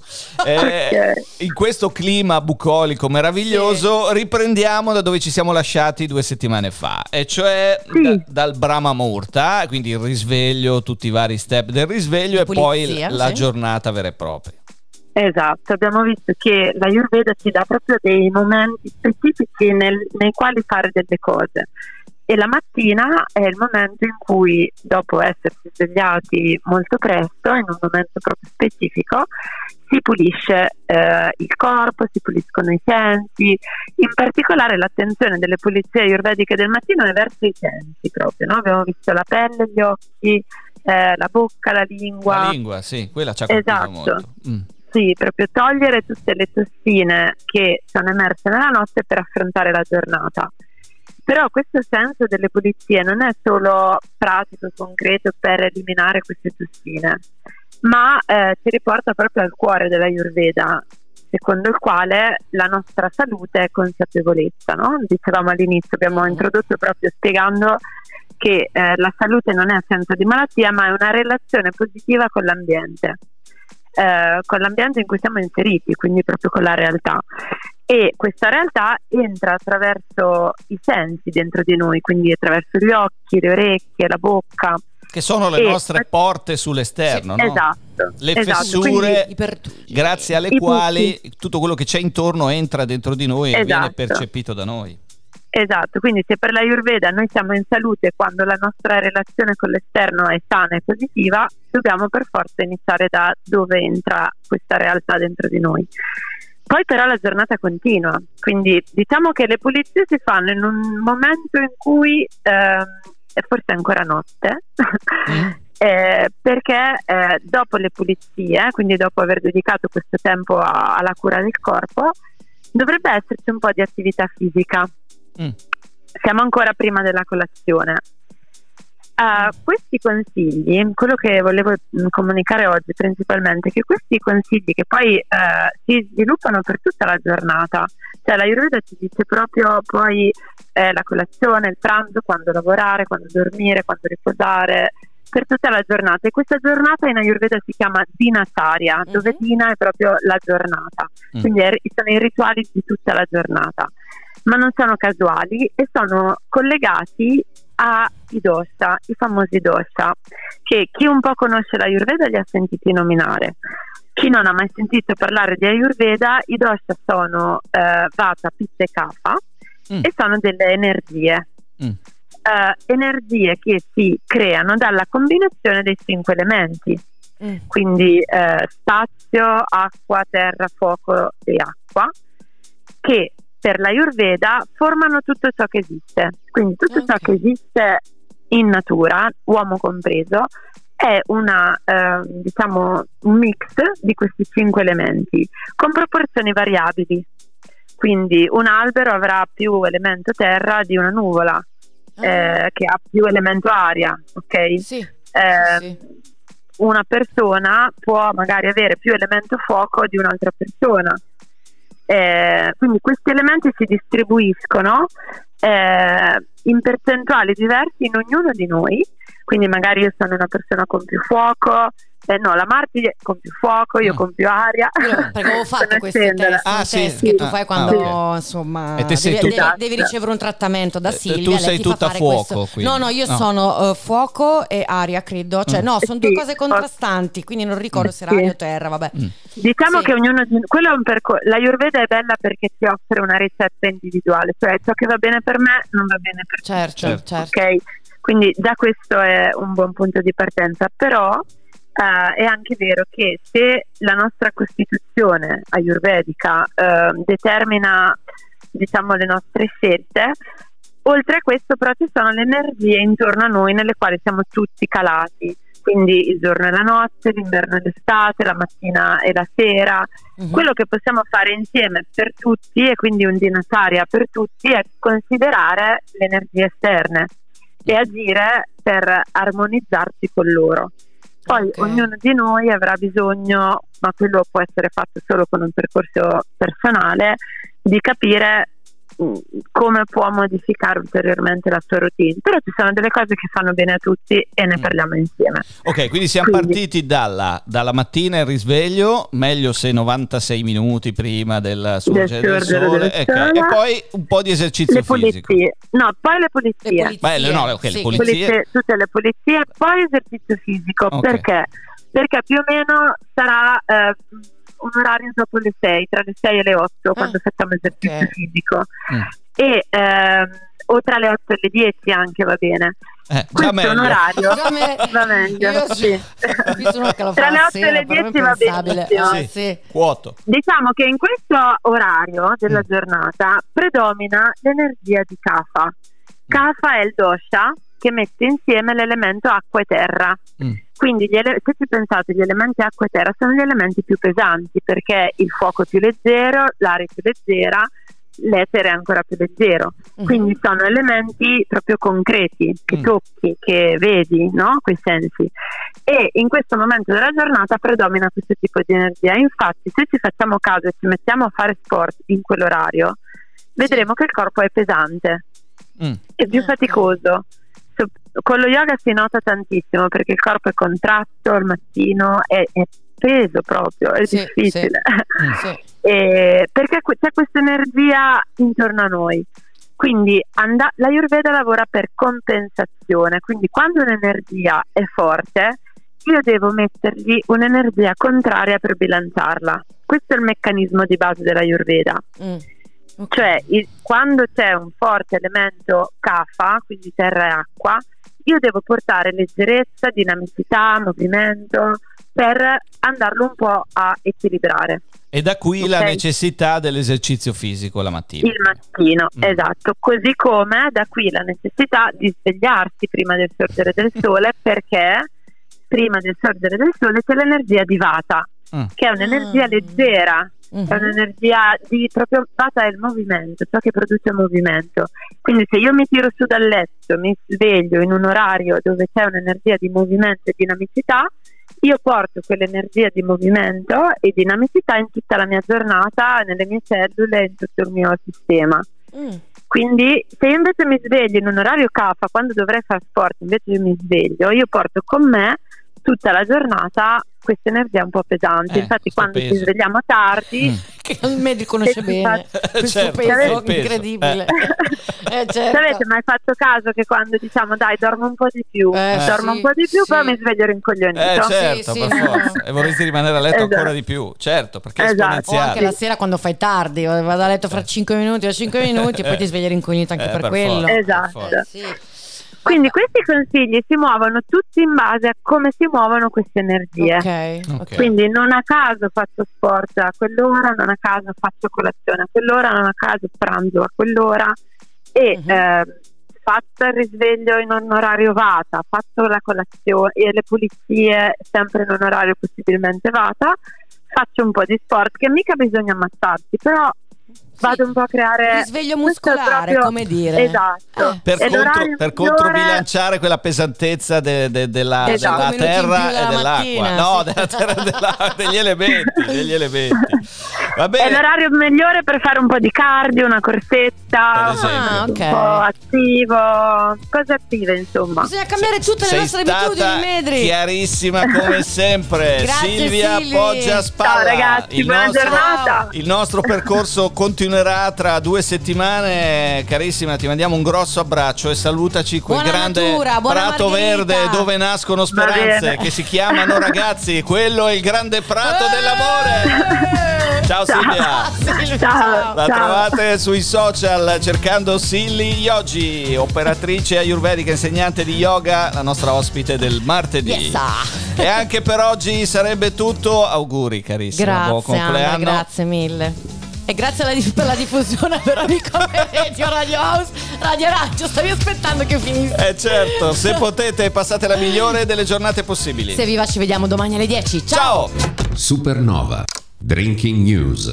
S3: Eh,
S7: Ok.
S3: in questo clima bucolico meraviglioso riprendiamo da dove ci siamo lasciati due settimane fa, e cioè
S7: Sì.
S3: da- dal Brahma Muhurta, quindi il risveglio, tutti i vari step del risveglio, e poi
S4: Pulizia,
S3: la
S4: sì.
S3: giornata vera e propria.
S7: Esatto, abbiamo visto che l'Ayurveda ci dà proprio dei momenti specifici nel- nei quali fare delle cose. E la mattina è il momento in cui, dopo essersi svegliati molto presto, in un momento proprio specifico, si pulisce eh, il corpo, si puliscono i sensi. In particolare l'attenzione delle pulizie ayurvediche del mattino è verso i sensi proprio, no? Abbiamo visto la pelle, gli occhi, eh, la bocca, la lingua.
S3: La lingua, sì, quella ci ha colpito
S7: Esatto.
S3: molto. Mm.
S7: Sì, proprio togliere tutte le tossine che sono emerse nella notte per affrontare la giornata. Però questo senso delle pulizie non è solo pratico, concreto per eliminare queste tossine, ma eh, ci riporta proprio al cuore dell'Ayurveda, secondo il quale la nostra salute è consapevolezza, no? Dicevamo all'inizio, abbiamo introdotto proprio spiegando che eh, la salute non è assenza di malattia, ma è una relazione positiva con l'ambiente. Eh, con l'ambiente in cui siamo inseriti, quindi proprio con la realtà, e questa realtà entra attraverso i sensi dentro di noi, quindi attraverso gli occhi, le orecchie, la bocca,
S3: Che sono le
S7: E-
S3: nostre porte sull'esterno, no?
S7: esatto,
S3: Le
S7: esatto,
S3: fessure
S7: quindi-
S4: I pertugi.
S3: grazie alle
S7: I
S3: quali tutto quello che c'è intorno entra dentro di noi e viene
S7: Esatto.
S3: percepito da noi.
S7: Esatto, quindi se per l'Ayurveda noi siamo in salute quando la nostra relazione con l'esterno è sana e positiva, dobbiamo per forza iniziare da dove entra questa realtà dentro di noi. Poi però la giornata continua, quindi diciamo che le pulizie si fanno in un momento in cui ehm, è forse ancora notte, eh, perché eh, dopo le pulizie, quindi dopo aver dedicato questo tempo a- alla cura del corpo, dovrebbe esserci un po' di attività fisica.
S3: Mm.
S7: Siamo ancora prima della colazione. Uh, questi consigli, quello che volevo mh, comunicare oggi principalmente, è che questi consigli che poi uh, si sviluppano per tutta la giornata, cioè l'Ayurveda ci dice proprio poi eh, la colazione, il pranzo, quando lavorare, quando dormire, quando riposare, per tutta la giornata. E questa giornata in Ayurveda si chiama Dinacharya,
S4: Mhm.
S7: dove Dina è proprio la giornata,
S3: Mm.
S7: quindi è- sono i rituali di tutta la giornata, ma non sono casuali e sono collegati ai dosha, i famosi dosha, che chi un po' conosce l'Ayurveda li ha sentiti nominare. Chi non ha mai sentito parlare di Ayurveda, i dosha sono eh, Vata, Pitta e Kapha,
S3: Mm.
S7: e sono delle energie.
S3: Mm.
S7: Eh, energie che si creano dalla combinazione dei cinque elementi,
S4: Mm.
S7: quindi eh, spazio, acqua, terra, fuoco e acqua, che per l'Ayurveda formano tutto ciò che esiste. Quindi tutto ciò
S4: Ok.
S7: che esiste in natura, uomo compreso, è una eh, diciamo un mix di questi cinque elementi con proporzioni variabili. Quindi un albero avrà più elemento terra di una nuvola, eh, che ha più elemento aria, ok?
S4: Sì,
S7: Eh,
S4: sì, sì.
S7: Una persona può magari avere più elemento fuoco di un'altra persona. Eh, quindi questi elementi si distribuiscono eh, in percentuali diversi in ognuno di noi. Quindi magari io sono una persona con più fuoco, Eh, no, la Marti con più fuoco, io
S3: Ah.
S7: con più aria.
S4: Io- perché avevo fatto questi
S7: Conoscendola.
S4: test,
S3: Ah,
S4: i
S3: sì.
S4: test che tu
S3: Ah,
S4: fai
S3: ah,
S4: quando
S3: ok.
S4: insomma
S3: E te sei
S4: devi,
S3: tutta-
S4: devi- devi ricevere un trattamento da
S3: Eh,
S4: Silvia.
S3: tu
S4: lei
S3: sei
S4: ti fa
S3: tutta
S4: fare
S3: fuoco,
S4: questo.
S3: quindi.
S4: No, no, io
S3: No.
S4: sono eh, fuoco e aria, credo. Cioè,
S3: Mm.
S4: no, sono
S7: Sì.
S4: due cose contrastanti, quindi non ricordo se era
S7: Sì.
S4: aria o terra, vabbè.
S3: Mm.
S7: Diciamo
S4: Sì.
S7: che ognuno di quello è un percorso. L'Ayurveda è bella perché ti offre una ricetta individuale, cioè ciò che va bene per me non va bene per te.
S4: Certo,
S3: Certo.
S4: certo.
S7: Ok? Quindi già questo è un buon punto di partenza, però eh, è anche vero che se la nostra costituzione ayurvedica eh, determina, diciamo, le nostre scelte, oltre a questo però ci sono le energie intorno a noi nelle quali siamo tutti calati, quindi il giorno e la notte, l'inverno e l'estate, la mattina e la sera.
S4: Mhm.
S7: Quello che possiamo fare insieme per tutti, e quindi un dinataria per tutti, è considerare le energie esterne e agire per armonizzarsi con loro. Poi
S4: Ok.
S7: ognuno di noi avrà bisogno, ma quello può essere fatto solo con un percorso personale, di capire mh, come può modificare ulteriormente la sua routine. Però ci sono delle cose che fanno bene a tutti e ne
S3: Mm.
S7: parliamo insieme.
S3: Ok, quindi siamo
S7: Quindi-
S3: partiti dalla, dalla mattina il risveglio, meglio se novantasei minuti prima del sorgere del
S7: sorgere
S3: sole,
S7: del
S3: ok,
S7: sole.
S3: e poi un po' di esercizio
S7: Le
S3: fisico.
S7: pulizie, no, poi le pulizie.
S4: Le pulizie.
S3: Beh, no, ok, le
S4: Sì,
S3: pulizie.
S7: Pulizie, tutte le pulizie, poi esercizio fisico.
S3: Ok.
S7: Perché? Perché più o meno sarà eh, un orario dopo le sei, tra le sei e le otto, quando facciamo esercizio
S4: ok.
S7: fisico.
S3: Mm.
S7: E ehm, o tra le otto e le dieci anche va bene.
S3: Eh, già
S7: Questo è
S3: meglio.
S7: un orario.
S4: Già me-
S7: Va meglio.
S4: Io,
S7: sì.
S4: io sono che lo fa
S7: Tra le
S4: la
S7: otto e
S4: sera,
S7: le
S4: però è
S7: dieci va
S4: impensabile.
S7: benissimo.
S4: Ah,
S3: Sì.
S4: sì.
S3: Vuoto.
S7: Diciamo che in questo orario della
S3: Mm.
S7: giornata predomina l'energia di Kapha. Kapha è il dosha che mette insieme l'elemento acqua e terra.
S3: Mm.
S7: Quindi gli ele- se ci pensate, gli elementi acqua e terra sono gli elementi più pesanti, perché il fuoco è più leggero, l'aria è più leggera, l'etere è ancora più leggero.
S4: Mhm.
S7: Quindi sono elementi proprio concreti che
S3: Mm.
S7: tocchi, che vedi, no? Quei sensi. E in questo momento della giornata predomina questo tipo di energia. Infatti, se ci facciamo caso e ci mettiamo a fare sport in quell'orario, vedremo che il corpo è pesante,
S3: Mm.
S7: è più
S4: Ah,
S7: faticoso. So- Con lo yoga si nota tantissimo perché il corpo è contratto al mattino, è, è peso proprio, è
S4: Sì,
S7: difficile.
S3: Mm.
S4: Sì.
S7: E perché que- c'è questa energia intorno a noi. Quindi and- l'Ayurveda lavora per compensazione, quindi quando un'energia è forte io devo mettergli un'energia contraria per bilanciarla. Questo è il meccanismo di base dell'Ayurveda.
S4: Mm. Ok.
S7: Cioè il- quando c'è un forte elemento Kapha, quindi terra e acqua, io devo portare leggerezza, dinamicità, movimento per andarlo un po' a equilibrare.
S3: E da qui
S7: Ok.
S3: la necessità dell'esercizio fisico la mattina.
S7: Il mattino,
S3: Mm.
S7: esatto. Così come da qui la necessità di svegliarsi prima del sorgere del sole, perché prima del sorgere del sole c'è l'energia di Vata,
S3: Mm.
S7: che è un'energia
S4: Ah.
S7: leggera,
S4: Mhm.
S7: è un'energia di proprio Vata è il movimento, ciò che produce movimento. Quindi se io mi tiro su dal letto, mi sveglio in un orario dove c'è un'energia di movimento e dinamicità, io porto quell'energia di movimento e dinamicità in tutta la mia giornata, nelle mie cellule, in tutto il mio sistema.
S4: Mm.
S7: Quindi se io invece mi sveglio in un orario Kapha, quando dovrei fare sport, invece io mi sveglio, io porto con me tutta la giornata questa energia un po' pesante.
S3: Eh,
S7: Infatti
S3: questo
S7: quando
S3: peso.
S7: ci svegliamo tardi
S3: Mm.
S4: Che il medico conosce
S7: Se ti
S4: bene
S7: fa-
S4: questo
S3: Certo,
S4: peso,
S3: è il peso.
S4: incredibile.
S3: Eh.
S4: Eh, certo.
S7: avete mai fatto caso che quando diciamo dai dormo un po' di più,
S4: Eh,
S7: dormo
S4: sì,
S7: un po' di più,
S4: sì.
S7: poi mi sveglio rincoglionito.
S3: Eh certo,
S4: Sì,
S3: per
S4: sì,
S3: forza.
S4: no.
S3: E vorresti rimanere a letto
S7: Esatto.
S3: ancora di più, certo, perché è
S7: Esatto.
S4: O
S3: esponenziale.
S4: anche la sera quando fai tardi, vado a letto fra cinque minuti o cinque minuti e poi ti svegli rincognito anche
S3: Eh,
S4: per,
S3: per
S4: quello.
S3: forza, per
S7: Esatto.
S3: forza.
S4: Eh, sì.
S7: Quindi questi consigli si muovono tutti in base a come si muovono queste energie.
S4: Ok,
S3: Ok.
S7: Quindi non a caso faccio sport a quell'ora, non a caso faccio colazione a quell'ora, non a caso pranzo a quell'ora e
S4: Mhm.
S7: eh, fatto il risveglio in un orario Vata, fatto la colazione e le pulizie sempre in un orario possibilmente Vata, faccio un po' di sport che mica bisogna ammazzarsi, però vado un po' a creare
S4: risveglio
S7: questo è
S4: muscolare,
S7: proprio-
S4: come dire.
S7: Esatto.
S4: Eh.
S3: Per,
S7: È
S3: contro-
S7: l'orario
S3: per
S7: migliore-
S3: controbilanciare quella pesantezza de- de- della,
S7: Esatto.
S3: della
S4: Minuti in più
S3: terra e
S4: della
S3: dell'acqua.
S4: mattina,
S3: No,
S4: sì.
S3: della terra e della- degli elementi, degli elementi. Va
S7: È
S3: bene.
S7: l'orario migliore per fare un po' di cardio, una corsetta,
S3: Per esempio.
S4: Ah,
S7: un
S4: ok.
S7: po' attivo, cose attive insomma.
S4: Bisogna cambiare tutte le
S3: Sei
S4: nostre
S3: stata
S4: abitudini, Medri.
S3: chiarissima come sempre.
S4: Grazie,
S3: Silvia
S4: Silvi.
S3: Poggia Spalla.
S7: Ciao, ragazzi, buona
S3: nostro,
S7: giornata.
S3: il nostro percorso continuerà tra due settimane. Carissima, ti mandiamo un grosso abbraccio e salutaci quel
S4: Buona
S3: grande
S4: natura, buona
S3: prato
S4: Margherita.
S3: verde dove nascono
S7: Va
S3: speranze,
S7: bene.
S3: che si chiamano ragazzi. Quello è il grande prato
S4: Eh!
S3: dell'amore. Ciao Silvia.
S4: Silvia,
S7: Ciao.
S3: La
S7: Ciao.
S3: trovate sui social cercando Silly Yogi, operatrice ayurvedica, insegnante di yoga, la nostra ospite del martedì.
S4: Yes, ah.
S3: E anche per oggi sarebbe tutto. Auguri carissima, buon
S4: Grazie, Andrea,
S3: compleanno.
S4: grazie mille. E grazie alla dif- per la diffusione per Amico Radio, Radio House, Radio Raggio. Stavi aspettando che finisse.
S3: Eh certo, se potete passate la migliore delle giornate possibili.
S4: Se vi va ci vediamo domani alle dieci. Ciao!
S3: Ciao!
S2: Supernova. Drinking News.